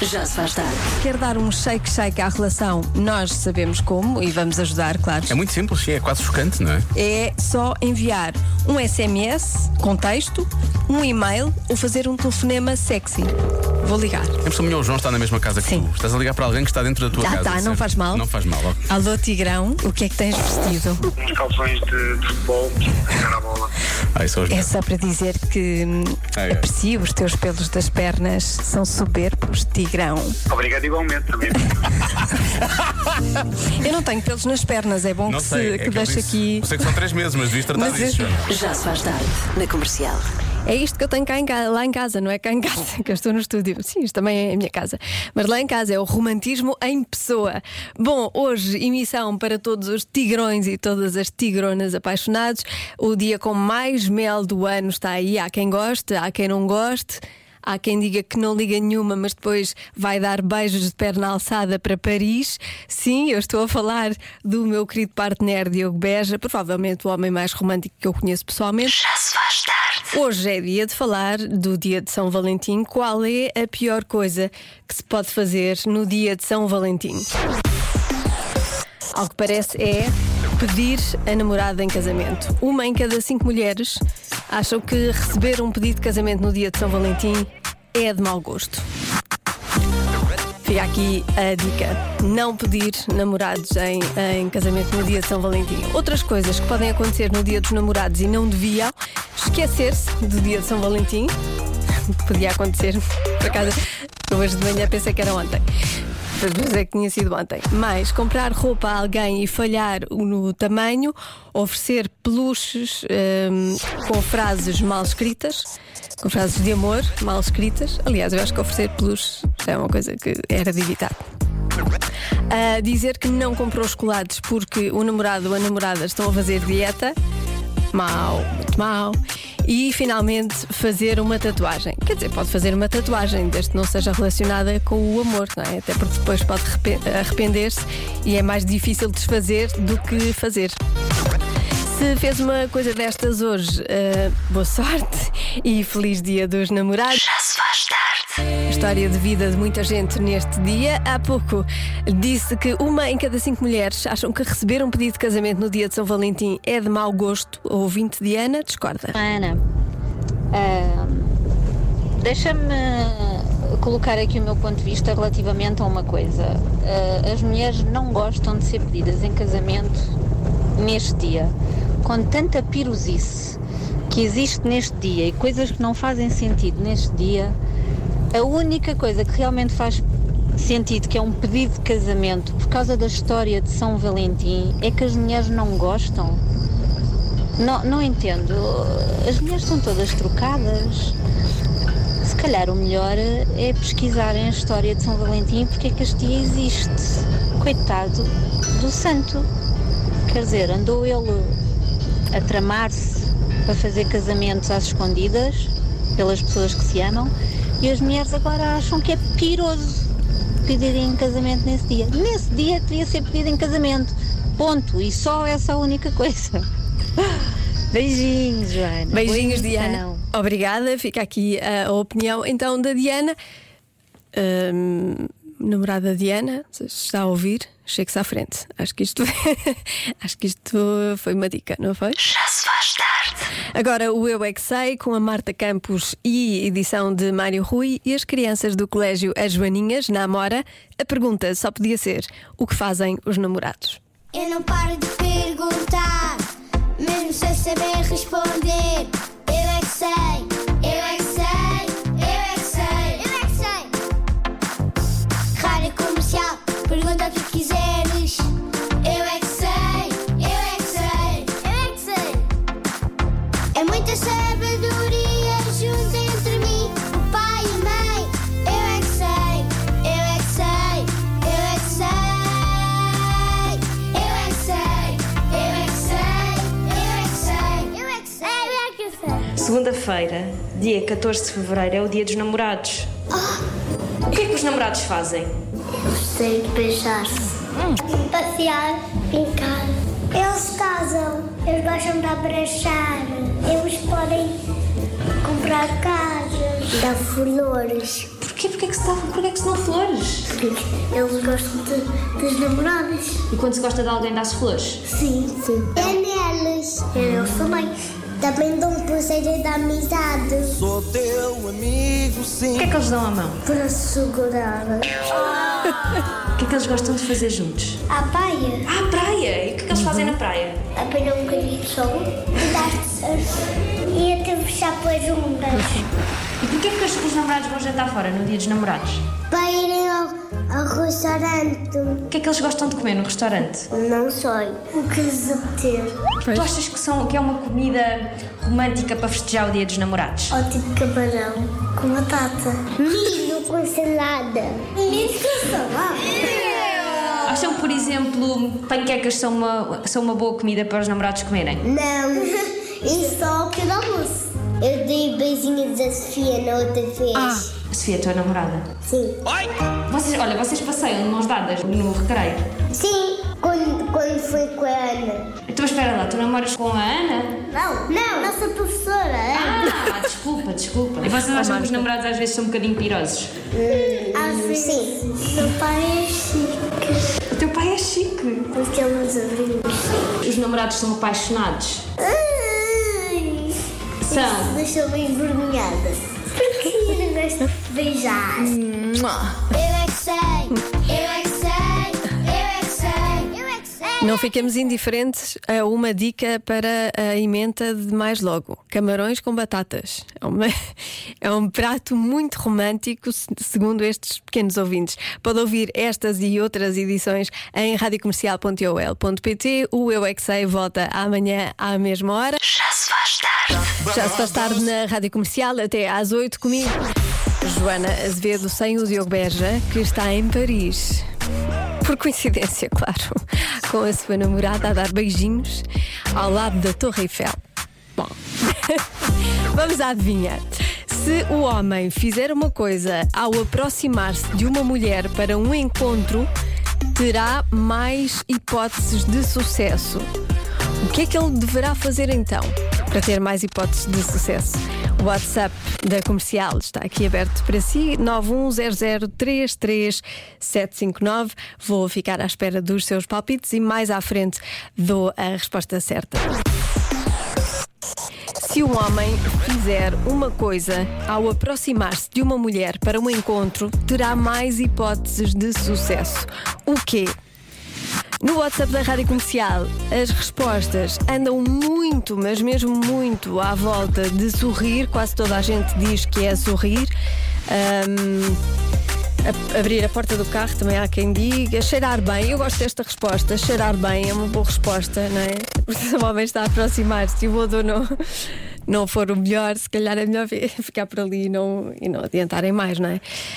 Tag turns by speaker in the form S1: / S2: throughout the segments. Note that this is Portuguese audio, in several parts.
S1: Já se faz tarde.
S2: Quer dar um shake à relação? Nós sabemos como e vamos ajudar, claro.
S3: É muito simples, é quase chocante, não é?
S2: É só enviar um SMS com texto, um e-mail ou fazer um telefonema sexy. Vou ligar.
S3: A pessoa minha, o João está na mesma casa que
S2: Sim.
S3: tu. Estás a ligar para alguém que está dentro da tua casa.
S2: Não
S3: certo?
S2: faz mal.
S3: Não faz mal. Ó.
S2: Alô, Tigrão, o que é que tens vestido?
S4: Uns calções de futebol, a jogar a bola.
S3: Isso é os
S2: É
S3: meus.
S2: só para dizer que aprecio os teus pelos das pernas, são soberbos, Tigrão.
S4: Obrigado igualmente também.
S2: Eu não tenho pelos nas pernas, é bom
S3: Não
S2: que,
S3: sei,
S2: que deixe aqui.
S3: Eu sei que são 3 meses, mas devias tratar
S2: Mas
S3: disso, João.
S1: Já se faz tarde. Na Comercial.
S2: É isto que eu tenho lá em casa, não é cá em casa, que eu estou no estúdio. Sim, isto também é a minha casa. Mas lá em casa é o romantismo em pessoa. Bom, hoje, emissão para todos os tigrões e todas as tigronas apaixonados. O dia com mais mel do ano está aí. Há quem goste, há quem não goste. Há quem diga que não liga nenhuma, mas depois vai dar beijos de perna alçada para Paris. Sim, eu estou a falar do meu querido partner Diogo Beja, provavelmente o homem mais romântico que eu conheço pessoalmente.
S1: Já se faz tarde.
S2: Hoje é dia de falar do dia de São Valentim. Qual é a pior coisa que se pode fazer no dia de São Valentim? Ao que parece é pedir a namorada em casamento. 1 em cada 5 mulheres acham que receber um pedido de casamento no dia de São Valentim é de mau gosto. Fica aqui a dica: não pedir namorados em casamento no dia de São Valentim. Outras coisas que podem acontecer no dia dos namorados e não deviam: esquecer-se do dia de São Valentim. Podia acontecer, por acaso, hoje de manhã pensei que era ontem. Mas é que tinha sido ontem. Mas comprar roupa a alguém e falhar no tamanho, oferecer peluches com frases mal escritas, com frases de amor mal escritas. Aliás, eu acho que oferecer peluches é uma coisa que era de evitar. Dizer que não comprou chocolates porque o namorado ou a namorada estão a fazer dieta. Mau, muito mau. E finalmente fazer uma tatuagem. Quer dizer, pode fazer uma tatuagem, desde que não seja relacionada com o amor, não é? Até porque depois pode arrepender-se e é mais difícil desfazer do que fazer. Se fez uma coisa destas hoje, boa sorte e feliz dia dos namorados.
S1: Já se faz tarde.
S2: História de vida de muita gente neste dia. Há pouco disse que 1 em cada 5 mulheres acham que receber um pedido de casamento no dia de São Valentim é de mau gosto. O ouvinte de Ana discorda.
S5: Ana, deixa-me colocar aqui o meu ponto de vista relativamente a uma coisa. As mulheres não gostam de ser pedidas em casamento neste dia, com tanta pirosice que existe neste dia e coisas que não fazem sentido neste dia. A única coisa que realmente faz sentido, que é um pedido de casamento por causa da história de São Valentim, é que as mulheres não gostam. Não entendo. As mulheres são todas trocadas. Se calhar o melhor é pesquisarem a história de São Valentim, porque é que este dia existe. Coitado do santo. Quer dizer, andou ele a tramar-se para fazer casamentos às escondidas pelas pessoas que se amam, e as mulheres agora acham que é piroso pedirem em casamento nesse dia. Nesse dia devia ser pedido em casamento. Ponto. E só essa única coisa. Beijinhos, Joana.
S2: Beijinhos,
S5: Boa
S2: Diana.
S5: emissão.
S2: Obrigada. Fica aqui a opinião então da Diana. Namorada Diana, se está a ouvir, chegue-se à frente. Acho que isto foi uma dica, não foi?
S1: Já se faz tarde.
S2: Agora o Eu É Que Sei, com a Marta Campos e edição de Mário Rui e as crianças do colégio As Joaninhas, na Amora. A pergunta só podia ser: o que fazem os namorados?
S6: Eu não paro de perguntar, mesmo sem saber responder. Eu é que sei, eu é que sei, eu é que sei, eu é que sei. Rádio Comercial, pergunta o que quiseres. Eu é que sei, eu é que sei, eu é que sei. É muita sabedoria junto entre mim, o pai e a mãe. Eu é que sei, eu é que sei, eu é que sei. Eu é que sei, eu é que sei, eu é que sei, eu é que sei, eu é que sei.
S7: Segunda-feira, dia 14 de fevereiro, é o dia dos namorados. O que é que os namorados fazem?
S6: Sei de beijar-se. Passear, brincar. Eles casam, eles gostam de abraçar. Eles podem comprar casas, dar flores.
S7: Porquê que se dão flores?
S6: porque eles gostam das namoradas.
S7: E quando se gosta de alguém, dá-se flores?
S6: Sim. É neles. Eles também. Também dão pulseira de amizade.
S8: Sou teu amigo, sim.
S7: O que é que eles dão à mão?
S6: Para segurar.
S7: O que é que eles gostam de fazer juntos?
S6: À praia.
S7: À praia! E o que é que eles fazem na praia?
S6: Apanhar um bocadinho de sol. Dar-te surf. E até fechar pelas ondas.
S7: E porquê é que os namorados vão jantar fora no dia dos namorados?
S6: Para irem ao restaurante.
S7: O que é que eles gostam de comer no restaurante?
S6: Não sei. O que lhes apetecer.
S7: Tu achas que é uma comida romântica para festejar o dia dos namorados?
S6: Ou tipo camarão com batata. Milho com salada. Milho com salada.
S7: Acham que, por exemplo, panquecas são uma boa comida para os namorados comerem?
S6: Não. E só o pequeno almoço. Eu dei beijinhos a Sofia na outra vez.
S7: A Sofia, a tua namorada?
S6: Sim.
S7: Vocês passeiam de mãos dadas no recreio?
S6: Sim, quando fui com a Ana.
S7: Então espera lá, tu namoras com a Ana?
S6: Não, nossa professora.
S7: Desculpa. E vocês acham que os namorados às vezes são um bocadinho pirosos?
S6: Às vezes. Sim. Meu pai é chique.
S7: O teu pai é chique.
S6: Porque ele nos abrimos.
S7: Os namorados são apaixonados? São.
S6: Deixou-me envergonhada. Porque eu não gosto de beijar. Eu é que sei. Eu é que sei. Eu é que sei. Eu é que sei.
S2: Não fiquemos indiferentes a uma dica para a emenda de mais logo: camarões com batatas. É um prato muito romântico, segundo estes pequenos ouvintes. Pode ouvir estas e outras edições em radiocomercial.ol.pt. O Eu é que Sei volta amanhã à mesma hora.
S1: Já se faz tarde.
S2: Já se faz tarde na Rádio Comercial, até às 8 comigo, Joana Azevedo, sem o Diogo Beja, que está em Paris. Por coincidência, claro, com a sua namorada a dar beijinhos ao lado da Torre Eiffel. Bom, vamos adivinhar. Se o homem fizer uma coisa ao aproximar-se de uma mulher para um encontro, terá mais hipóteses de sucesso. O que é que ele deverá fazer então para ter mais hipóteses de sucesso? O WhatsApp da Comercial está aqui aberto para si, 910033759. Vou ficar à espera dos seus palpites e mais à frente dou a resposta certa. Se um homem fizer uma coisa ao aproximar-se de uma mulher para um encontro, terá mais hipóteses de sucesso. O quê? No WhatsApp da Rádio Comercial, as respostas andam muito, mas mesmo muito, à volta de sorrir. Quase toda a gente diz que é sorrir. Abrir a porta do carro, também há quem diga. Cheirar bem, eu gosto desta resposta. Cheirar bem é uma boa resposta, não é? Porque se o homem está a aproximar-se e o odor não for o melhor, se calhar é melhor ficar por ali e não adiantarem mais, não é?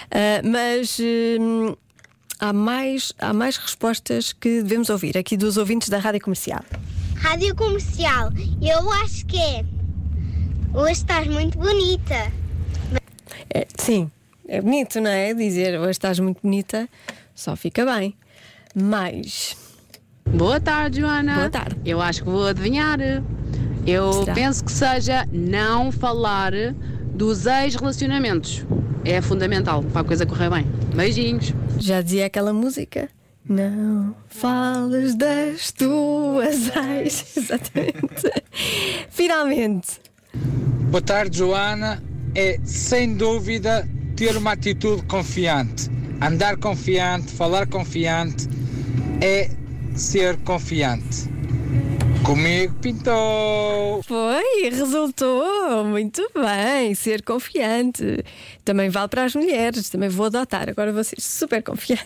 S2: Há mais respostas que devemos ouvir aqui dos ouvintes da Rádio Comercial.
S6: Rádio Comercial, eu acho que é. Hoje estás muito bonita.
S2: Sim, é bonito, não é? Dizer hoje estás muito bonita, só fica bem. Mas...
S9: Boa tarde, Joana.
S2: Boa tarde.
S9: Eu acho que vou adivinhar. Eu penso que seja não falar dos ex-relacionamentos. É fundamental para a coisa correr bem. Beijinhos.
S2: Já dizia aquela música? Não fales das tuas ex. Exatamente. Finalmente.
S10: Boa tarde, Joana. É sem dúvida ter uma atitude confiante. Andar confiante, falar confiante é ser confiante. Comigo pintou.
S2: Foi, resultou. Muito bem, ser confiante. Também vale para as mulheres. Também vou adotar. Agora vou ser super confiante.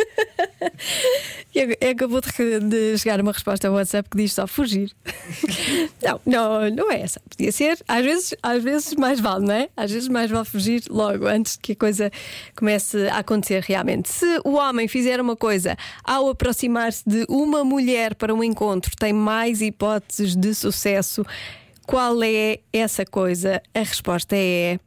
S2: E acabou de chegar uma resposta ao WhatsApp que diz só fugir. Não é essa. Podia ser, às vezes mais vale, não é? Às vezes mais vale fugir logo, antes que a coisa comece a acontecer realmente. Se o homem fizer uma coisa ao aproximar-se de uma mulher para um encontro, tem mais hipóteses de sucesso. Qual é essa coisa? A resposta é...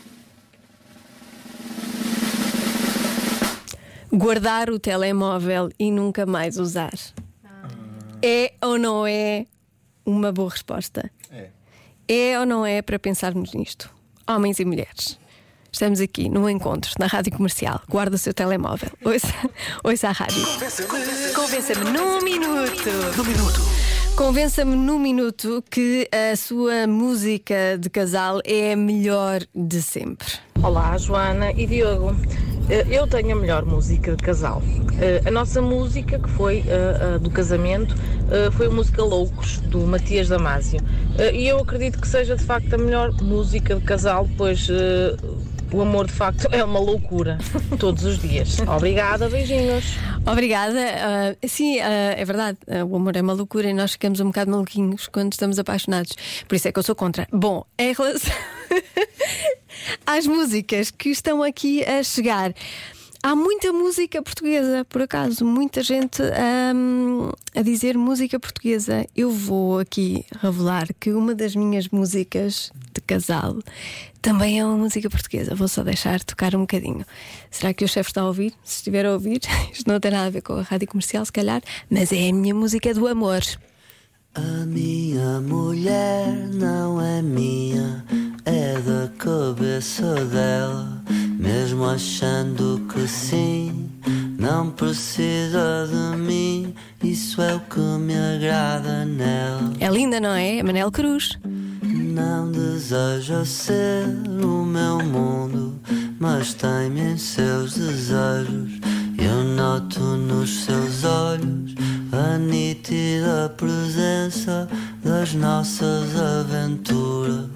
S2: guardar o telemóvel e nunca mais usar. É ou não é uma boa resposta? É ou não é para pensarmos nisto? Homens e mulheres. Estamos aqui num encontro na Rádio Comercial. Guarda o seu telemóvel. Ouça a rádio. Convença-me num minuto. Convença-me num minuto que a sua música de casal é a melhor de sempre.
S11: Olá, Joana e Diogo. Eu tenho a melhor música de casal. A nossa música, que foi do casamento, foi a música Loucos, do Matias Damasio. E eu acredito que seja de facto a melhor música de casal, pois o amor de facto é uma loucura todos os dias. Obrigada, beijinhos.
S2: Obrigada. Sim, é verdade. O amor é uma loucura e nós ficamos um bocado maluquinhos quando estamos apaixonados. Por isso é que eu sou contra. Bom, em relação às músicas que estão aqui a chegar, há muita música portuguesa, por acaso, muita gente a dizer música portuguesa. Eu vou aqui revelar que uma das minhas músicas de casal também é uma música portuguesa. Vou só deixar tocar um bocadinho. Será que o chefe está a ouvir? Se estiver a ouvir, isto não tem nada a ver com a Rádio Comercial, se calhar, mas é a minha música do amor.
S12: A minha mulher não é minha, é da cabeça dela. Mesmo achando que sim, não precisa de mim. Isso é o que me agrada nela.
S2: É linda, não é? É Manel Cruz.
S12: Não deseja ser o meu mundo, mas tem-me em seus desejos. Eu noto nos seus olhos a nítida presença das nossas aventuras.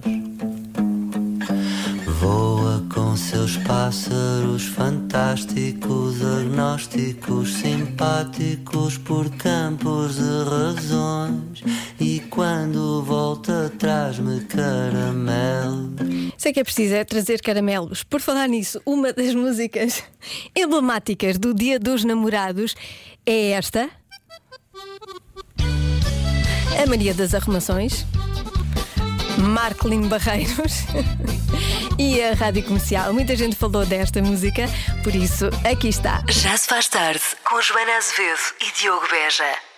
S12: Voa com seus pássaros fantásticos, agnósticos, simpáticos por campos de razões. E quando volta traz-me caramelo.
S2: Sei que é preciso trazer caramelos. Por falar nisso, uma das músicas emblemáticas do Dia dos Namorados é esta: A Maria das Arrumações, Marcolino Barreiros e a Rádio Comercial. Muita gente falou desta música, por isso aqui está.
S1: Já se faz tarde com Joana Azevedo e Diogo Beja.